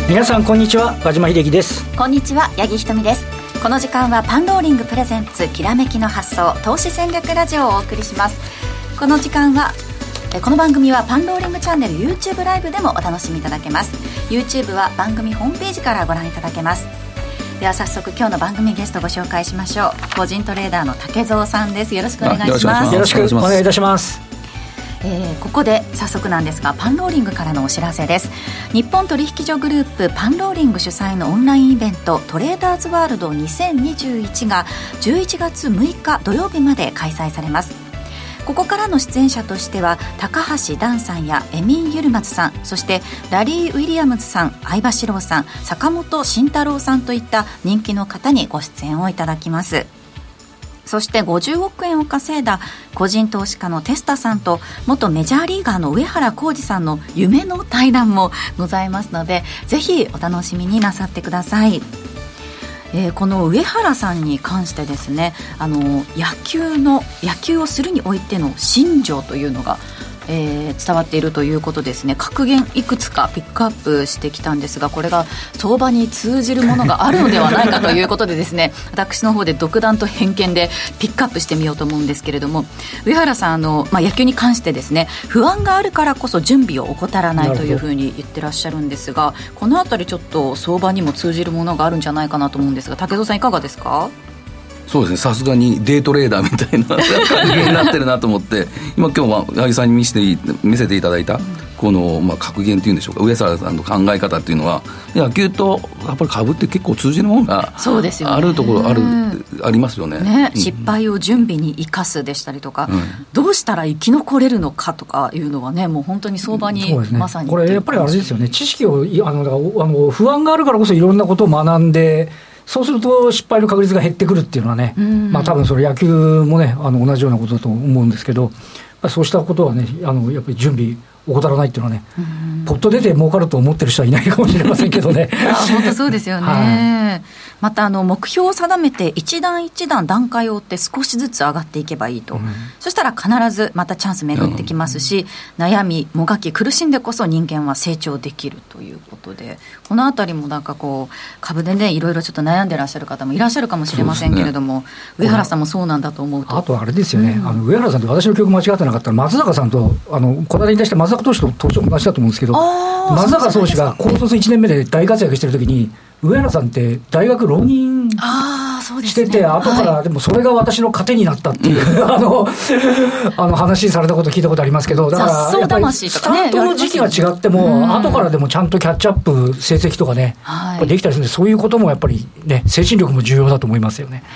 皆さんこんにちは、和島秀樹です。 こんにちは、八木ひとみです。この時間はパンローリングプレゼンツきらめきの発想投資戦略ラジオをお送りします。この番組はパンローリングチャンネル YouTube ライブでもお楽しみいただけます。 YouTube は番組ホームページからご覧いただけます。では早速今日の番組ゲストご紹介しましょう。個人トレーダーの竹蔵さんです。よろしくお願いします。 よろしくお願いいたします。 ここで早速なんですがパンローリングからのお知らせです。日本取引所グループパンローリング主催のオンラインイベントトレーダーズワールド2021が11月6日土曜日まで開催されます。ここからの出演者としては高橋ダンさんやエミン・ユルマツさん、そしてラリー・ウィリアムズさん、相葉史郎さん、坂本慎太郎さんといった人気の方にご出演をいただきます。そして50億円を稼いだ個人投資家のテスタさんと元メジャーリーガーの上原浩二さんの夢の対談もございますので、ぜひお楽しみになさってください。この上原さんに関してですね、野球をするにおいての信条というのが、伝わっているということですね。格言いくつかピックアップしてきたんですが、これが相場に通じるものがあるのではないかということでですね私の方で独断と偏見でピックアップしてみようと思うんですけれども、上原さん野球に関してですね、不安があるからこそ準備を怠らないというふうに言ってらっしゃるんですが、このあたりちょっと相場にも通じるものがあるんじゃないかなと思うんですが、竹蔵さんいかがですか？ そうですね、さすがにデートレーダーみたいな感じになってるなと思って今日は八木さんに見せていただいたこの、格言というんでしょうか、上原さんの考え方っていうのは野球とやっぱり株って結構通じるものがあるところありますよね。 失敗を準備に生かすでしたりとか、どうしたら生き残れるのかとかいうのはね、もう本当に相場にまさに、 これやっぱりあれですよね、知識を不安があるからこそいろんなことを学んで、そうすると失敗の確率が減ってくるっていうのはね、多分それ野球もね同じようなことだと思うんですけど、そうしたことはねやっぱり準備怠らないっていうのはね、ポッと出て儲かると思ってる人はいないかもしれませんけどね本当そうですよね、また目標を定めて一段一段段階を追って少しずつ上がっていけばいいと、そしたら必ずまたチャンス巡ってきますし、悩みもがき苦しんでこそ人間は成長できるということで、このあたりも株でねいろいろちょっと悩んでらっしゃる方もいらっしゃるかもしれませんけれども、上原さんもそうなんだと思うと。 あとあれですよね、上原さんと私の記憶間違ってなかったら松坂さんと小田に対して松坂投手と同じだと思うんですけど、松坂投手が高卒1年目で大活躍してる時に上原さんって大学浪人してて、後からでもそれが私の糧になったっていう話されたこと聞いたことありますけど、だからやっぱりスタートの時期が違っても後からでもちゃんとキャッチアップ成績とかね、できたりするんで、そういうこともやっぱりね精神力も重要だと思いますよね。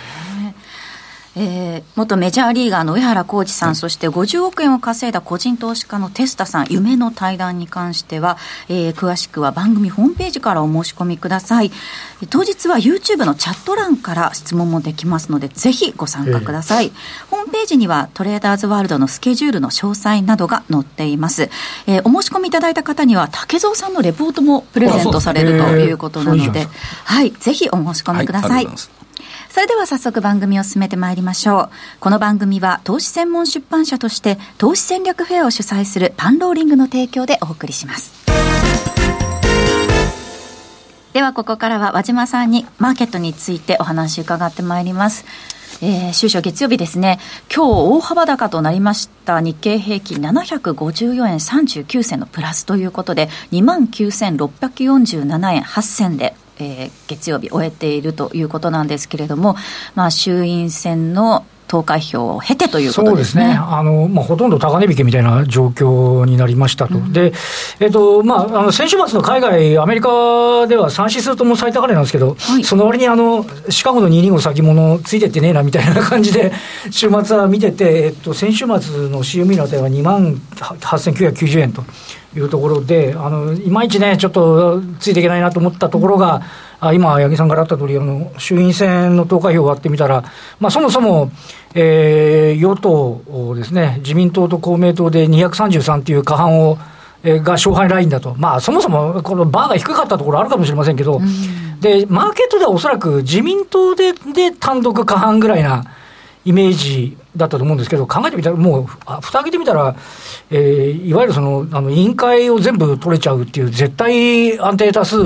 元メジャーリーガーの上原浩二さん、そして50億円を稼いだ個人投資家のテスタさん、夢の対談に関しては、詳しくは番組ホームページからお申し込みください。当日は YouTube のチャット欄から質問もできますので、ぜひご参加ください。ホームページにはトレーダーズワールドのスケジュールの詳細などが載っています。お申し込みいただいた方には竹蔵さんのレポートもプレゼントされるということなので、ぜひお申し込みください。それでは早速番組を進めてまいりましょう。この番組は投資専門出版社として投資戦略フェアを主催するパンローリングの提供でお送りします。ではここからは和島さんにマーケットについてお話伺ってまいります。週初月曜日ですね、今日大幅高となりました日経平均754円39銭のプラスということで 29,647 円8銭で月曜日終えているということなんですけれども、衆院選の投開票を経てということですね。 そうですね、ほとんど高値引けみたいな状況になりましたと、で、先週末の海外アメリカでは3指数とも最高値なんですけど、その割にシカゴの225先物ついてってねえなみたいな感じで週末は見てて、先週末の CME の値は 28,990 円というところで、いまいちねちょっとついていけないなと思ったところが、今八木さんからあった通り衆院選の投開票を割ってみたら、そもそも、与党ですね、自民党と公明党で233という過半を、が勝敗ラインだと、そもそもこのバーが低かったところあるかもしれませんけど、でマーケットではおそらく自民党で単独過半ぐらいなイメージだったと思うんですけど、考えてみたら、もう、蓋開けてみたら、いわゆる委員会を全部取れちゃうっていう、絶対安定多数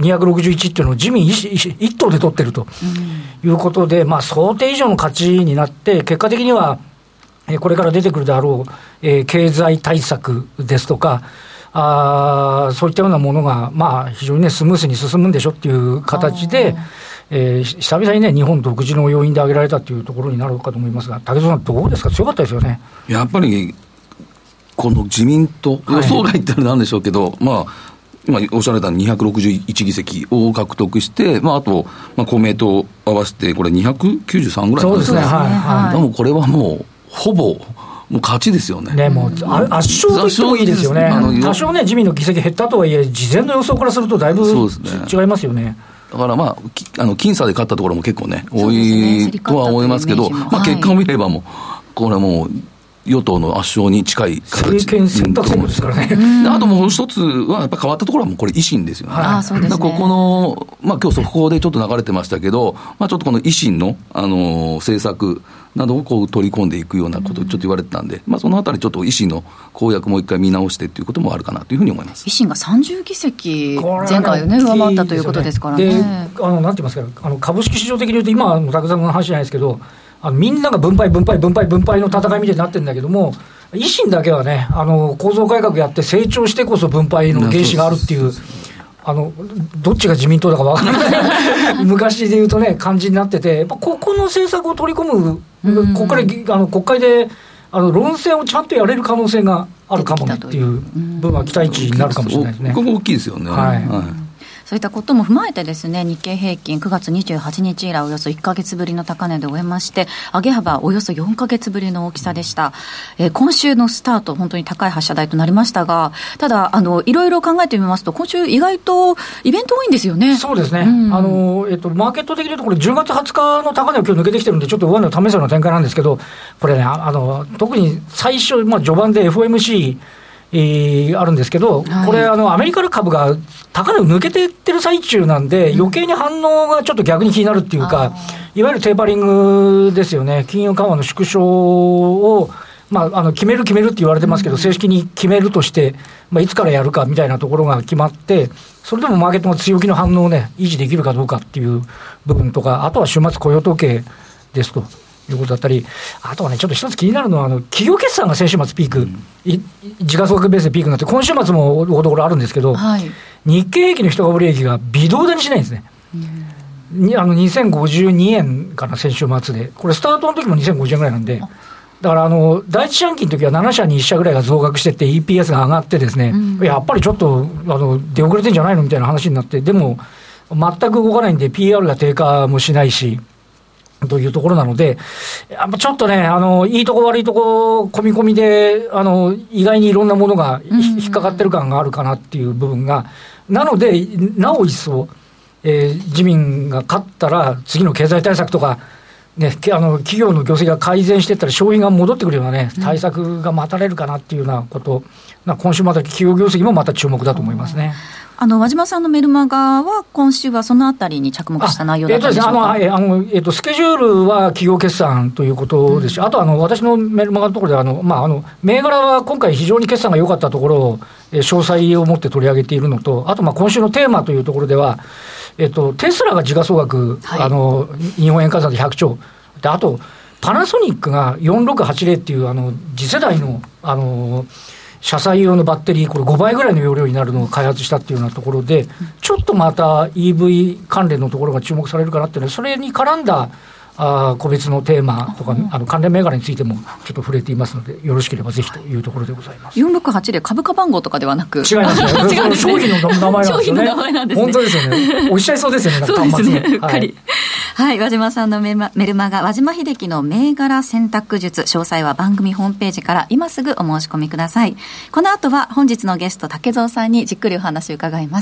261っていうのを自民一党で取ってるということで、まあ、想定以上の勝ちになって、結果的には、これから出てくるであろう、経済対策ですとか、そういったようなものが、まあ、非常にね、スムースに進むんでしょっていう形で、久々にね、日本独自の要因で挙げられたというところになるかと思いますが、武藤さん、どうですか、強かったですよね。 やっぱり、この自民党、予想外ってなんでしょうけど、まあ、今おっしゃられた261議席を獲得して、まあ、あと、公明党合わせて、これ293ぐらいなんですね。でもこれはもう、ほぼ、もう勝ちですよね。 ね、もう圧勝と言ってもいいですよね。多少ね、自民の議席減ったとはいえ、事前の予想からするとだいぶ違いますよね。 だからまあ、僅差で勝ったところも結構ね、多いとは思いますけど、まあ結果を見ればもう、これはもう、与党の圧勝に近い形政権選択選挙ですからね。 あともう一つは、やっぱ変わったところはもうこれ維新ですよね。 そうですね。 ここの、まあ今日速報でちょっと流れてましたけど、まあちょっとこの維新の、政策などをこう取り込んでいくようなことをちょっと言われてたんで、まあそのあたりちょっと維新の公約もう一回見直してということもあるかなというふうに思います。 維新が30議席前回をね、上回ったということですからね。 で、なんて言いますか、株式市場的に言うと、今の武さんの話じゃないですけど、みんなが分配の戦いみたいになってるんだけども、維新だけはね、構造改革やって成長してこそ分配の原資があるっていう、どっちが自民党だか分からない昔で言うとね、感じになってて、ここの政策を取り込む、ここから国会で論戦をちゃんとやれる可能性があるかもねっていう部分は期待値になるかもしれないですね。 ここ大きいですよね。 はい、 そういったことも踏まえてですね、日経平均9月28日以来およそ1ヶ月ぶりの高値で終えまして、上げ幅およそ4ヶ月ぶりの大きさでした。今週のスタート、本当に高い発射台となりましたが、ただいろいろ考えてみますと、今週意外とイベント多いんですよね。 そうですね。マーケット的に言うとこれ10月20日の高値を今日抜けてきてるんで、ちょっと上値を試すような展開なんですけど、これね、特に最初、序盤で FOMCあるんですけど、これアメリカの株が高値を抜けていってる最中なんで、余計に反応がちょっと逆に気になるっていうか、いわゆるテーパリングですよね。金融緩和の縮小を、決めるって言われてますけど、正式に決めるとして、いつからやるかみたいなところが決まって、それでもマーケットの強気の反応をね、維持できるかどうかっていう部分とか、あとは週末雇用統計ですということだったり、あとはね、ちょっと一つ気になるのは、企業決算が先週末ピーク、時価総額ベースでピークになって、今週末も大ところあるんですけど、日経平均の一株利益が微動だにしないんですね。2052円かな、先週末で。これ、スタートの時も2050円ぐらいなんで、だから第一四半期の時は7社に1社ぐらいが増額してって、EPS が上がってですね、やっぱりちょっと出遅れてんじゃないのみたいな話になって、でも、全く動かないんで、PR が低下もしないし、というところなので、やっぱちょっとね、いいとこ悪いとこ、込み込みで、意外にいろんなものが引っかかってる感があるかなっていう部分が、なので、なお一層、自民が勝ったら、次の経済対策とか、ね、企業の業績が改善していったら消費が戻ってくるようなね、対策が待たれるかなっていうようなこと、今週また企業業績もまた注目だと思いますね。 和島さんのメルマガは今週はそのあたりに着目した内容だったんでしょうか。 スケジュールは企業決算ということですし、あと私のメルマガのところで銘柄は今回非常に決算が良かったところを、詳細を持って取り上げているのと、あと今週のテーマというところでは、テスラが時価総額、日本円換算で100兆で、あとパナソニックが4680っていう次世代の車載用のバッテリー、これ5倍ぐらいの容量になるのを開発したっていうようなところで、ちょっとまた EV 関連のところが注目されるかなっていうのは、それに絡んだ個別のテーマとか関連銘柄についてもちょっと触れていますので、よろしければぜひというところでございます。 468で株価番号とかではなく、 違いますね。商品の名前なんですよね。商品の名前なんですね。本当ですよね。おっしゃいそうですよね。 そうですね。うっかり。はい、和島さんのメルマガ、和島秀樹の銘柄選択術、詳細は番組ホームページから今すぐお申し込みください。この後は本日のゲスト竹蔵さんにじっくりお話を伺います。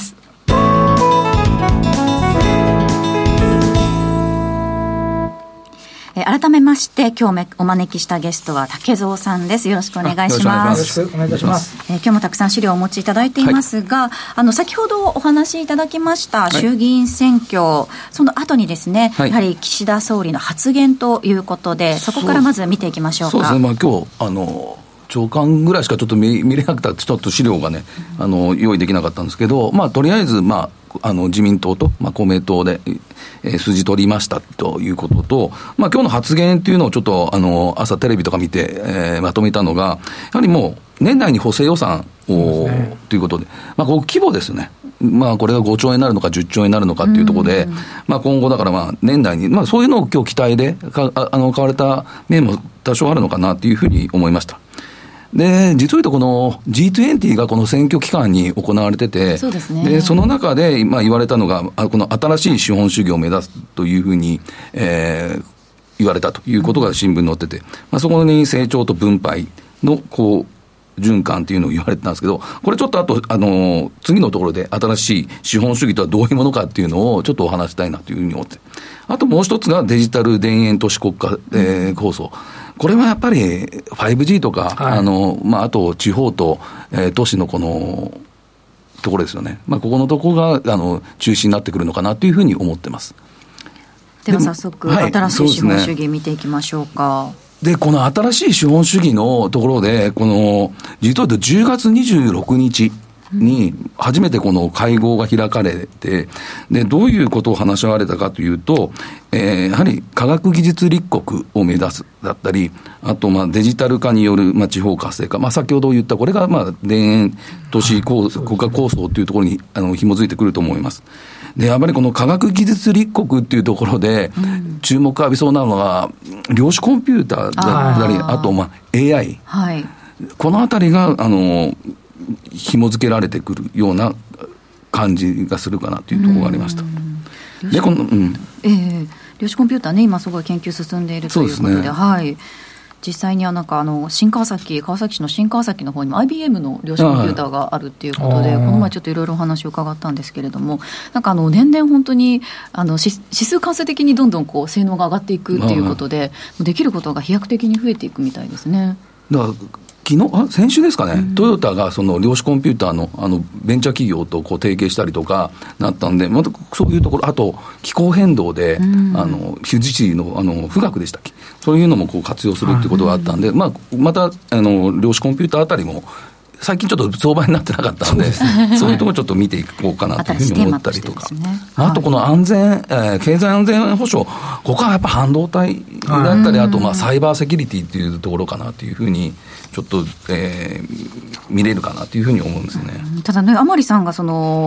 改めまして今日お招きしたゲストは竹蔵さんです。よろしくお願いします。 よろしくお願いいたします。 今日もたくさん資料をお持ちいただいていますが、先ほどお話しいただきました衆議院選挙、その後にですね、やはり岸田総理の発言ということで、そこからまず見ていきましょうか。 そうですね、今日長官ぐらいしかちょっと見れなくて、ちょっと資料がね用意できなかったんですけど、とりあえず、自民党と、公明党で、数字取りましたということと、今日の発言というのをちょっと朝テレビとか見て、まとめたのが、やはりもう年内に補正予算を、ということで、こう規模ですね。これが5兆円になるのか10兆円になるのかというところで、今後だから年内に、そういうのを今日期待で買われた面も多少あるのかなというふうに思いました。で、実を言うとこの G20 がこの選挙期間に行われてて、 そうですね。 で、その中で今言われたのが、この新しい資本主義を目指すというふうに、言われたということが新聞に載ってて、そこに成長と分配の循環というのを言われてたんですけど、これちょっと次のところで新しい資本主義とはどういうものかっていうのをちょっとお話したいなというふうに思って、あともう一つがデジタル田園都市国家、構想。これはやっぱり 5G とか、あと地方と、都市のこのところですよね。ここのところが中心になってくるのかなというふうに思ってます。 では早速、新しい資本主義見ていきましょうか。 で、この新しい資本主義のところで、実を言うと10月26日に初めてこの会合が開かれて、で、どういうことを話し合われたかというと、やはり科学技術立国を目指すだったり、あとデジタル化による地方活性化、先ほど言ったこれが田園都市国家構想というところに紐づいてくると思います。で、やっぱりこの科学技術立国っていうところで注目を浴びそうなのは、量子コンピューターだったり、あとAI、このあたりが紐付けられてくるような感じがするかなというところがありました。で、 量子コンピューターね、今すごい研究進んでいるということで、実際には新川崎市の新川崎の方にも IBM の量子コンピューターがあるっていうことで、この前ちょっといろいろお話を伺ったんですけれども、年々本当に指数関数的にどんどん性能が上がっていくっていうことで、できることが飛躍的に増えていくみたいですね。 だから先週ですかね、トヨタがその量子コンピューターのベンチャー企業と提携したりとかなったんで、またそういうところ、あと気候変動で、フュジシーの富岳でしたっけ、そういうのも活用するっていうことがあったんで、また量子コンピューターあたりも最近ちょっっと相場になってなかったので、そういうところちょっと見ていこうかなというふうに思ったりとか、あとこの経済安全保障、ここはやっぱ半導体だったり、あとサイバーセキュリティっていうところかなというふうにちょっと、見れるかなというふうに思うんですね。 ただね、甘利さんが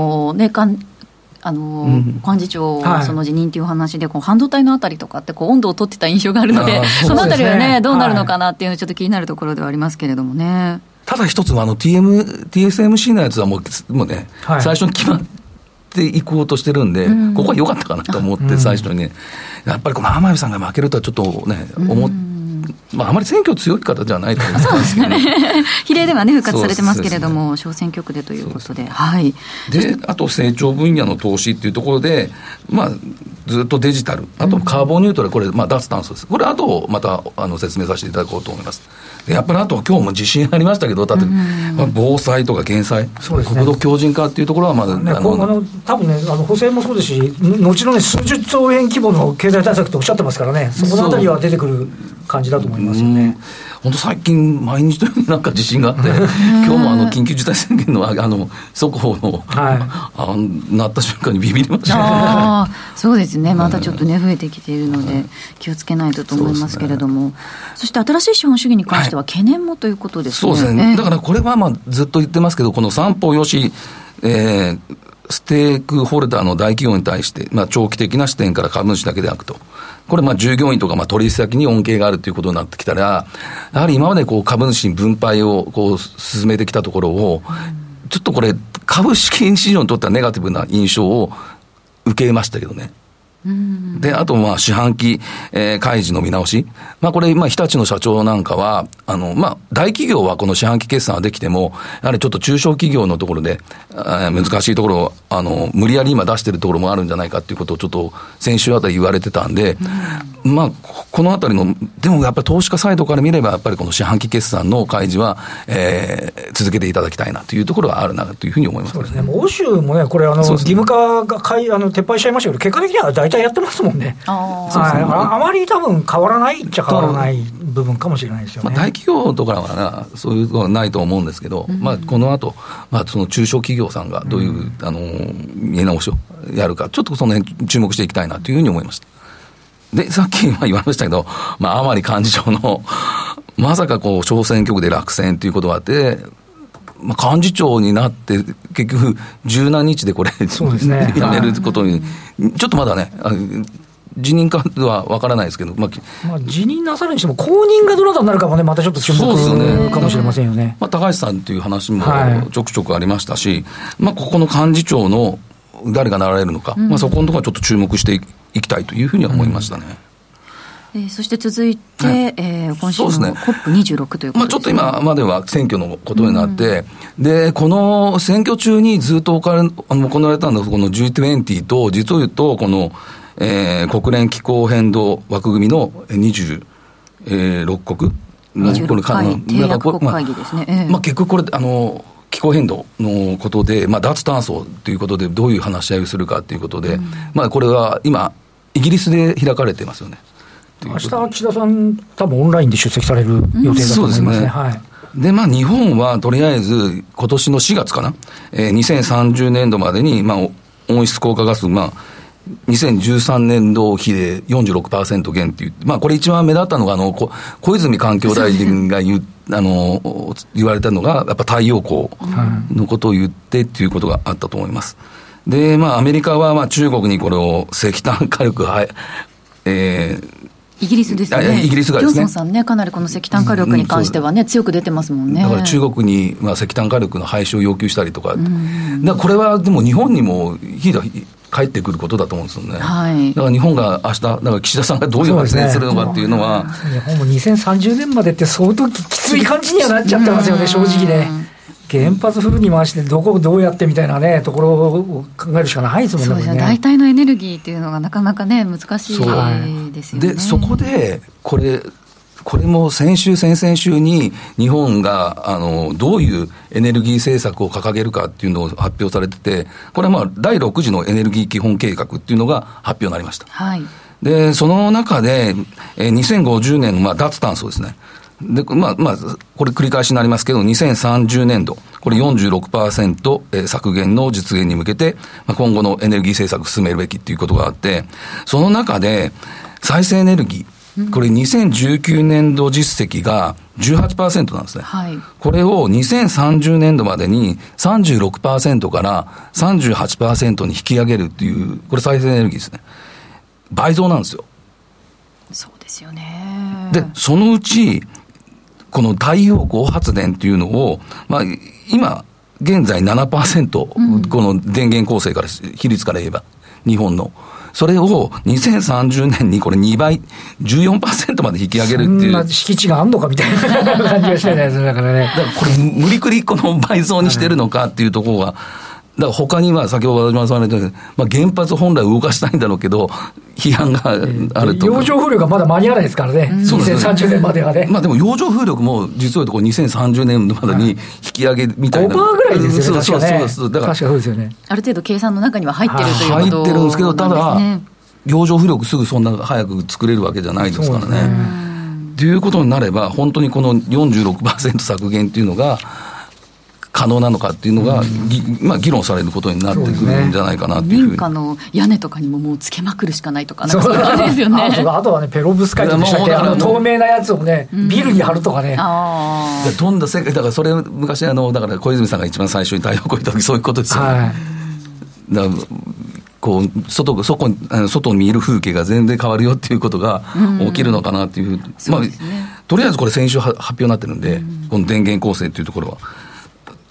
幹事長その辞任という話で、半導体のあたりとかって温度を取ってた印象があるので、そのあたりはね、どうなるのかなっていうのちょっと気になるところではありますけれどもね。 ただ一つはTSMC のやつはもうね、最初に決まっていこうとしてるんで、ここは良かったかなと思って、最初にね、やっぱりこの甘利さんが負けるとはちょっとね、あまり選挙強い方じゃないと思うんですけど、 比例ではね復活されてますけれども、小選挙区でということで、 で、あと成長分野の投資っていうところで、ずっとデジタル、あとカーボンニュートラル、これ脱炭素です。これあとまた説明させていただこうと思います。で、やっぱりあと今日も地震ありましたけど、例えば防災とか減災、国土強靭化っていうところは多分ね、補正もそうですし、後のね数十兆円規模の経済対策とおっしゃってますからね、そこのあたりは出てくる感じだと思いますよね。 本当最近毎日のように地震があって、今日も緊急事態宣言の速報の、なった瞬間にビビりましたね。 そうですね、またちょっとね増えてきているので気をつけないとと思いますけれども、そして新しい資本主義に関しては懸念もということですね。 そうですね。だからこれはずっと言ってますけど、この三方よし、ステークホルダーの大企業に対して、長期的な視点から株主だけでなくと、これ従業員とか取引先に恩恵があるということになってきたら、やはり今まで株主に分配を進めてきたところを、ちょっとこれ株式市場にとってはネガティブな印象を受けましたけどね。 で、あと、四半期、開示の見直し。これ、日立の社長なんかは、大企業はこの四半期決算はできても、やはりちょっと中小企業のところで、難しいところを、無理やり今出してるところもあるんじゃないかっていうことをちょっと先週あたり言われてたんで、このあたりの、でもやっぱり投資家サイドから見れば、やっぱりこの四半期決算の開示は、続けていただきたいなというところはあるなというふうに思います。 そうですね。欧州もね、これ義務化が撤廃しちゃいましたけど、結果的には大体やってますもんね。あまり多分変わらないっちゃ変わらない部分かもしれないですよね。 大企業とかはそういうのはないと思うんですけど、この後、その中小企業さんがどういう、見直しをやるか、ちょっとその辺注目していきたいなというふうに思いました。で、さっき言われましたけど、甘利幹事長のまさか小選挙区で落選ということがあって、幹事長になって結局十何日でこれそうですねやめることに、ちょっとまだね辞任かは分からないですけど、 辞任なさるにしても後任がどなたになるかもね、またちょっと注目かもしれませんよね。 高橋さんという話もちょくちょくありましたし、ここの幹事長の誰がなられるのか、そこのところはちょっと注目していきたいというふうには思いましたね。 そして続いて、今週の COP26 ということですね。 ちょっと今までは選挙のことになって、で、この選挙中にずっと行われたのは、この G20 と、実を言うと、この、国連気候変動枠組みの26国の 26回締約国会議ですね。 結局これ、気候変動のことで、脱炭素ということで、どういう話し合いをするかということで、これは今、イギリスで開かれてますよね。 明日岸田さん、多分オンラインで出席される予定だと思いますね。 で、日本はとりあえず、今年の4月かな、2030年度までに、温室効果ガス、2013年度比で 46% 減っていう、これ一番目立ったのが、小泉環境大臣が言われたのが、やっぱ太陽光のことを言ってっていうことがあったと思います。で、アメリカは中国にこれを石炭火力、 イギリスですね。 イギリスがですね。 ジョンソンさんね、かなりこの石炭火力に関してはね、強く出てますもんね。 だから中国に石炭火力の廃止を要求したりとか、だからこれはでも日本にも火が返ってくることだと思うんですよね。だから日本が明日、だから岸田さんがどういう発言するのかっていうのは、 日本も2030年までって相当きつい感じにはなっちゃってますよね、正直ね。原発フルに回してどこをどうやってみたいなねところを考えるしかないですもんね。 そうですね。代替のエネルギーっていうのがなかなかね難しいですよね。 でそこでこれも先々週に日本がどういうエネルギー政策を掲げるかっていうのを発表されてて、これは第6次のエネルギー基本計画っていうのが発表になりました。でその中で2050年の脱炭素ですね。でこれ繰り返しになりますけど、2030年度、これ 46% 削減の実現に向けて、今後のエネルギー政策を進めるべきっていうことがあって、その中で再生エネルギー、これ2019年度実績が 18% なんですね。これを2030年度までに 36% から 38% に引き上げるっていう、これ再生エネルギーですね。倍増なんですよ。 そうですよね。 で、そのうち、この太陽光発電っていうのを、今、現在 7%、この電源構成から、比率から言えば、日本の。それを2030年にこれ2倍、14% まで引き上げるっていう。そんな敷地があんのかみたいな感じがしないですね。だからね。 だからこれ、無理くりこの倍増にしてるのかっていうところが、だから他には先ほど和島さんが言ったように、原発本来動かしたいんだろうけど、批判があると。 洋上風力がまだ間に合わないですからね、2030年まではね。 でも洋上風力も実は言うと2030年までに引き上げみたいな。 5% ぐらいですよね、確かね。 そうだから確かそうですよね。 ある程度計算の中には入ってるということなんですね。 入ってるんですけど、ただ、洋上風力すぐそんな早く作れるわけじゃないですからね。ということになれば、本当にこの 46% 削減っていうのが、可能なのかっていうのが、議論されることになってくるんじゃないかなっていうふうに。 民家の屋根とかにももうつけまくるしかないとか、なんかそういう感じですよね。 あとはね、ペロブスカイトでしたっけ、透明なやつをね、ビルに貼るとかね。 どんな世界、だからそれ昔だから小泉さんが一番最初に太陽光を言った時そういうことですよね。だからこう外に見える風景が全然変わるよっていうことが起きるのかなっていう、とりあえずこれ先週発表になってるんで、この電源構成っていうところは。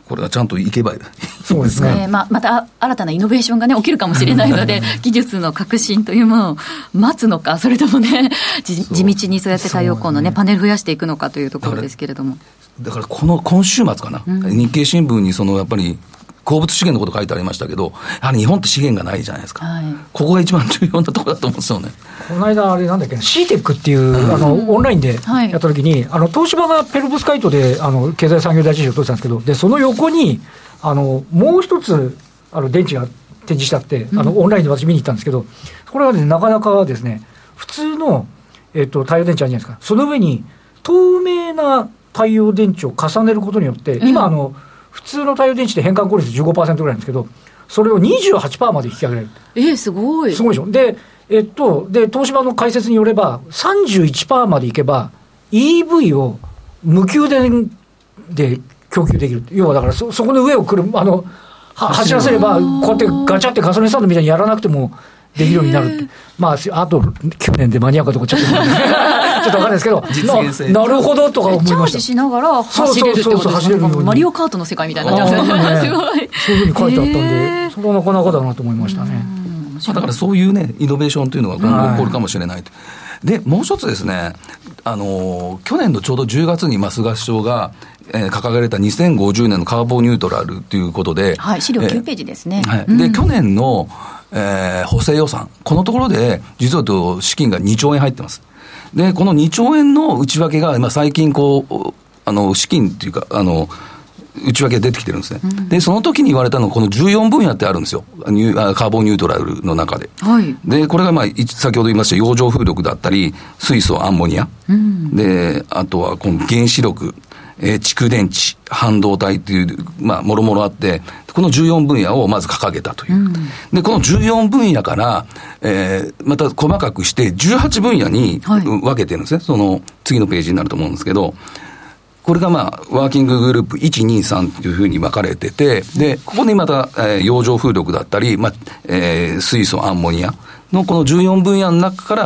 これがちゃんといけばそうですね、 また新たなイノベーションが、ね、起きるかもしれないので技術の革新というものを待つのか、それともね地道にそうやって太陽光の、ね、パネル増やしていくのかというところですけれども、 だから今週末かな、日経新聞にやっぱり鉱物資源のこと書いてありましたけど、やはり日本って資源がないじゃないですか、ここが一番重要なところだと思うんですよね。 この間あれなんだっけな、CTEC っていうオンラインでやった時に、東芝がペロブスカイトで経済産業大臣賞を取ってたんですけど、でその横にもう一つ電池が展示してあって、オンラインで私見に行ったんですけど、これは、ね、なかなかですね、普通の、太陽電池あるじゃないですか、その上に透明な太陽電池を重ねることによって、今普通の太陽電池って変換効率 15% ぐらいなんですけど、それを 28% まで引き上げられる。 すごい。 すごいでしょ。で、東芝の解説によれば、31% までいけば、EV を無給電で供給できる。要はだからそこの上を走らせれば、こうやってガチャってガソリンスタンドみたいにやらなくてもできるようになるって。まあ、あと9年で間に合うかどうかちょっと分かんないですけど、なるほどとか思いました。 チャージしながら走れるってことですね。マリオカートの世界みたいになっちゃうんですごい。 そういうふうに書いてあったんで、それはなかなかだなと思いましたね。 だからそういうね、イノベーションというのが今後起こるかもしれないと。で、もう一つですね、去年のちょうど10月に菅首相が、掲げられた2050年のカーボンニュートラルということで、 資料9ページですね。 で、去年の、補正予算、このところで実は資金が2兆円入ってます。で、この2兆円の内訳が、最近資金というか、内訳が出てきてるんですね。で、その時に言われたのは、この14分野ってあるんですよ。カーボンニュートラルの中で。で、これが先ほど言いました洋上風力だったり、水素、アンモニア。で、あとはこの原子力、蓄電池、半導体っていう、もろもろあって、この14分野をまず掲げたという。で、この14分野から、また細かくして18分野に分けてるんですね。その次のページになると思うんですけど、これがワーキンググループ1、2、3というふうに分かれてて、で、ここにまた、洋上風力だったり、水素、アンモニアのこの14分野の中から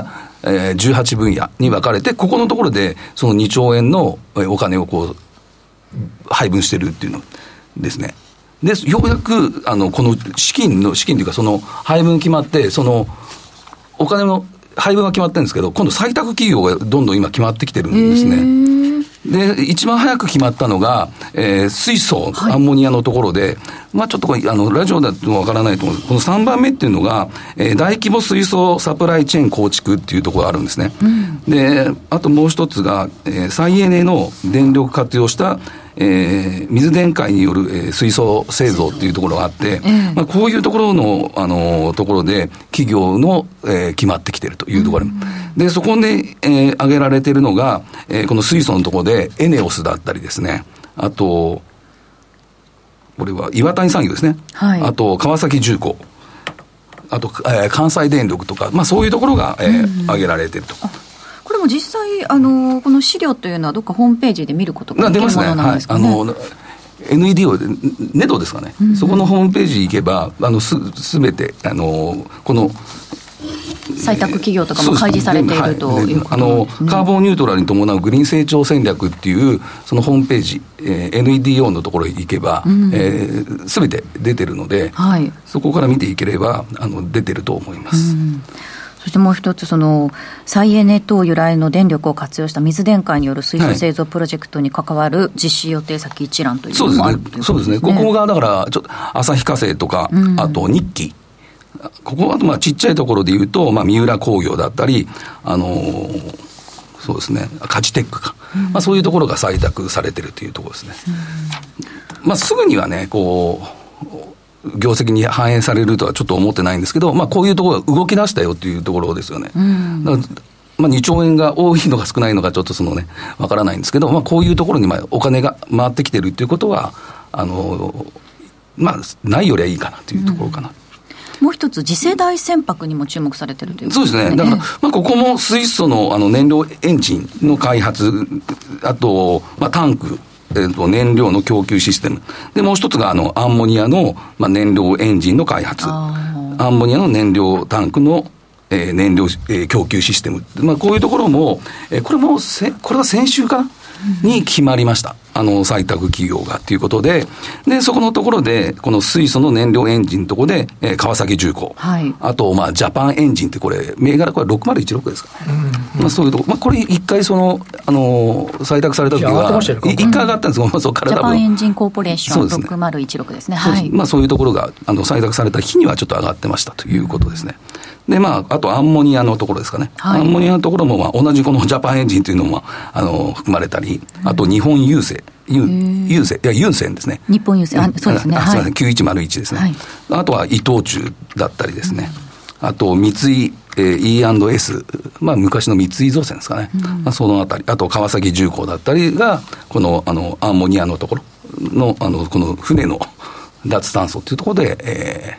、18分野に分かれて、ここのところでその2兆円のお金を配分してるっていうのですね。で、ようやくこの資金というか、その配分決まって、そのお金の配分が決まってるんですけど、今度採択企業がどんどん今決まってきてるんですね。で、一番早く決まったのが、水素、アンモニアのところで、ちょっとラジオだとわからないと思う。この3番目っていうのが、大規模水素サプライチェーン構築っていうところがあるんですね。で、あともう一つが、再エネの電力活用した、水電解による、水素製造っていうところがあって、こういうところの、ところで企業の、決まってきているというところで、そこで、挙げられているのが、この水素のところでエネオスだったりですね、あとこれは岩谷産業ですね、あと川崎重工、あと、関西電力とか、そういうところが、挙げられていると。 これも実際この資料というのはどっかホームページで見ることができるものなんですかね。 NED をネドですかね、そこのホームページ行けばすべてこの採択企業とかも開示されているということなんですね。 カーボンニュートラルに伴うグリーン成長戦略っていうそのホームページ、NEDO のところに行けばすべて出てるので、そこから見ていければ出てると思います。 そしてもう一つ、再エネ等由来の電力を活用した水電解による水素製造プロジェクトに関わる実施予定先一覧というのもあるということですね。 そうですね。ここがだからちょっと旭化成とか、あと日記、ここはちっちゃいところで言うと、三浦工業だったり、そうですね、カチテックか、そういうところが採択されているというところですね。すぐにはね、業績に反映されるとはちょっと思ってないんですけど、こういうところが動き出したよというところですよね。だから2兆円が多いのか少ないのかちょっとわからないんですけど、こういうところにお金が回ってきてるということはないよりはいいかなというところかな。 もう一つ次世代船舶にも注目されているということですね。そうですね。だから、ここも水素の燃料エンジンの開発、あと、タンク、燃料の供給システムで、もう一つがアンモニアの、燃料エンジンの開発、アンモニアの燃料タンクの、燃料、供給システム、こういうところも、これは先週かな、 に決まりました。採択企業がということで、で、そこのところで、この水素の燃料エンジンのところで、川崎重工。はい、あと、ジャパンエンジンってこれ、銘柄これ6016ですかね。そういうところ、これ一回採択された時は、一回上がったんですが、そこからジャパンエンジンコーポレーション6016ですね。はい。 そういうところが、採択された日にはちょっと上がってましたということですね。で、あとアンモニアのところですかね。はい、アンモニアのところも、同じこのジャパンエンジンというのも、含まれたり、あと日本郵政。ユンセンですね。 日本郵政、そうですね。 すみません、9101ですね。はい、あとは伊藤忠だったりですね。あと、三井、E&S、昔の三井造船ですかね。そのあたり、あと川崎重工だったりが、この、アンモニアのところの、この船の脱炭素というところで、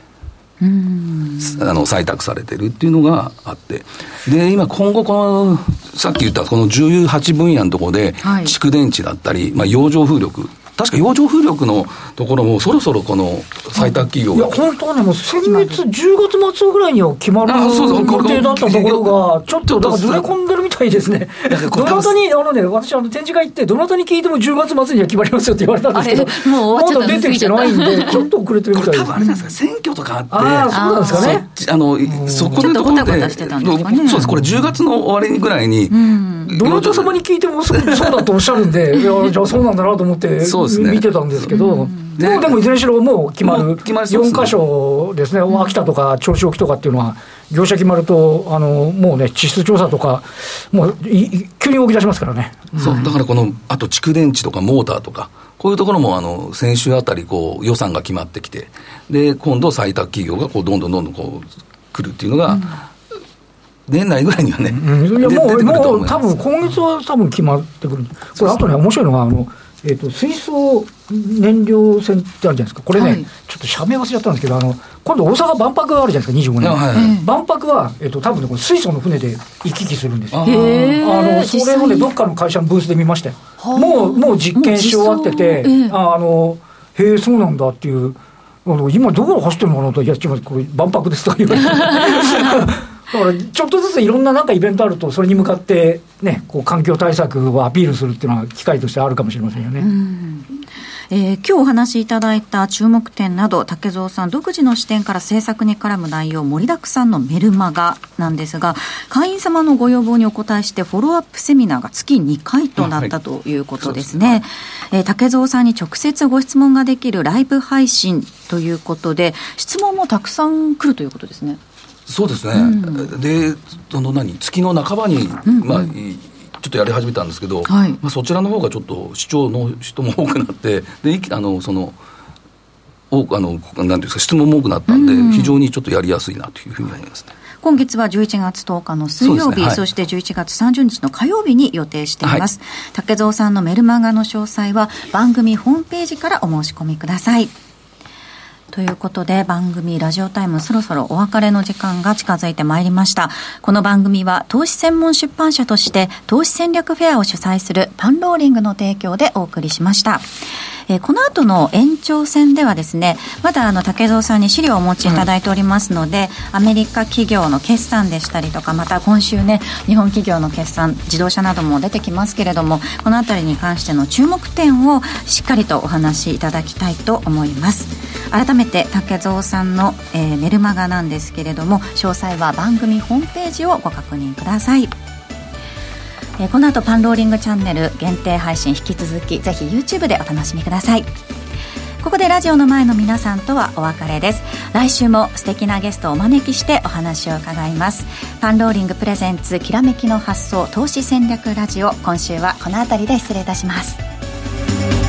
採択されてるっていうのがあって、で、今後さっき言ったこの18分野のところで、蓄電池だったり、洋上風力、確か洋上風力のところもそろそろこの採択企業が、 いや本当はね、もう先月10月末ぐらいには決まる予定だったところがちょっとだからずれ込んでるみたいですね。どなたに私展示会行ってどなたに聞いても10月末には決まりますよって言われたんですけど、 もうまだ出てきてないんでちょっと遅れてるみたいです。 多分あれなんですか、選挙とかあって、 そうなんですかね。 そこのところで、そうです、これ10月の終わりぐらいに、 どなた様に聞いてもそうだとおっしゃるんで、いやじゃあそうなんだなと思って見てたんですけど、でもいずれにしろもう決まる4カ所ですね、秋田とか銚子沖とかっていうのは業者決まるともうね、地質調査とかもう急に動き出しますからね。 そうだからあと蓄電池とかモーターとかこういうところも先週あたり予算が決まってきて、で今度採択企業がどんどん来るっていうのが、年内ぐらいにはね、 いやもう多分今月は多分決まってくる。これあとね、面白いのが水素燃料船ってあるじゃないですか。これね、ちょっと社名忘れちゃったんですけど、今度大阪万博があるじゃないですか、25年。万博は、多分ね、これ水素の船で行き来するんですよ。それをね、どっかの会社のブースで見ましたよ。もう実験し終わってて、へえ、そうなんだっていう、今どこを走ってるのかなと、いや、これ万博ですとか言われて。だからちょっとずついろんなイベントあるとそれに向かってね、環境対策をアピールするっていうのは機会としてあるかもしれませんよね。 今日お話しいただいた注目点など、竹蔵さん独自の視点から政策に絡む内容盛りだくさんのメルマガなんですが、会員様のご要望にお答えしてフォローアップセミナーが月2回となったということですね。竹蔵さんに直接ご質問ができるライブ配信ということで、質問もたくさん来るということですね。 そうですね、で月の半ばに、ちょっとやり始めたんですけど、そちらの方がちょっと視聴の人も多くなって、でなんていうんですか、質問も多くなったんで、非常にちょっとやりやすいなというふうに思いますね。 今月は11月10日の水曜日、そして11月30日の火曜日に予定しています。竹蔵さんのメルマガの詳細は番組ホームページからお申し込みください。ということで、番組ラジオタイムそろそろお別れの時間が近づいてまいりました。この番組は投資専門出版社として投資戦略フェアを主催するパンローリングの提供でお送りしました。この後の延長戦ではですね、まだ竹蔵さんに資料をお持ちいただいておりますので、アメリカ企業の決算でしたりとか、また今週ね、日本企業の決算、自動車なども出てきますけれども、このあたりに関しての注目点をしっかりとお話しいただきたいと思います。改めて竹蔵さんの、メルマガなんですけれども、詳細は番組ホームページをご確認ください。この後パンローリングチャンネル限定配信引き続きぜひ YouTube でお楽しみください。ここでラジオの前の皆さんとはお別れです。来週も素敵なゲストをお招きしてお話を伺います。パンローリングプレゼンツきらめきの発想投資戦略ラジオ、今週はこの辺りで失礼いたします。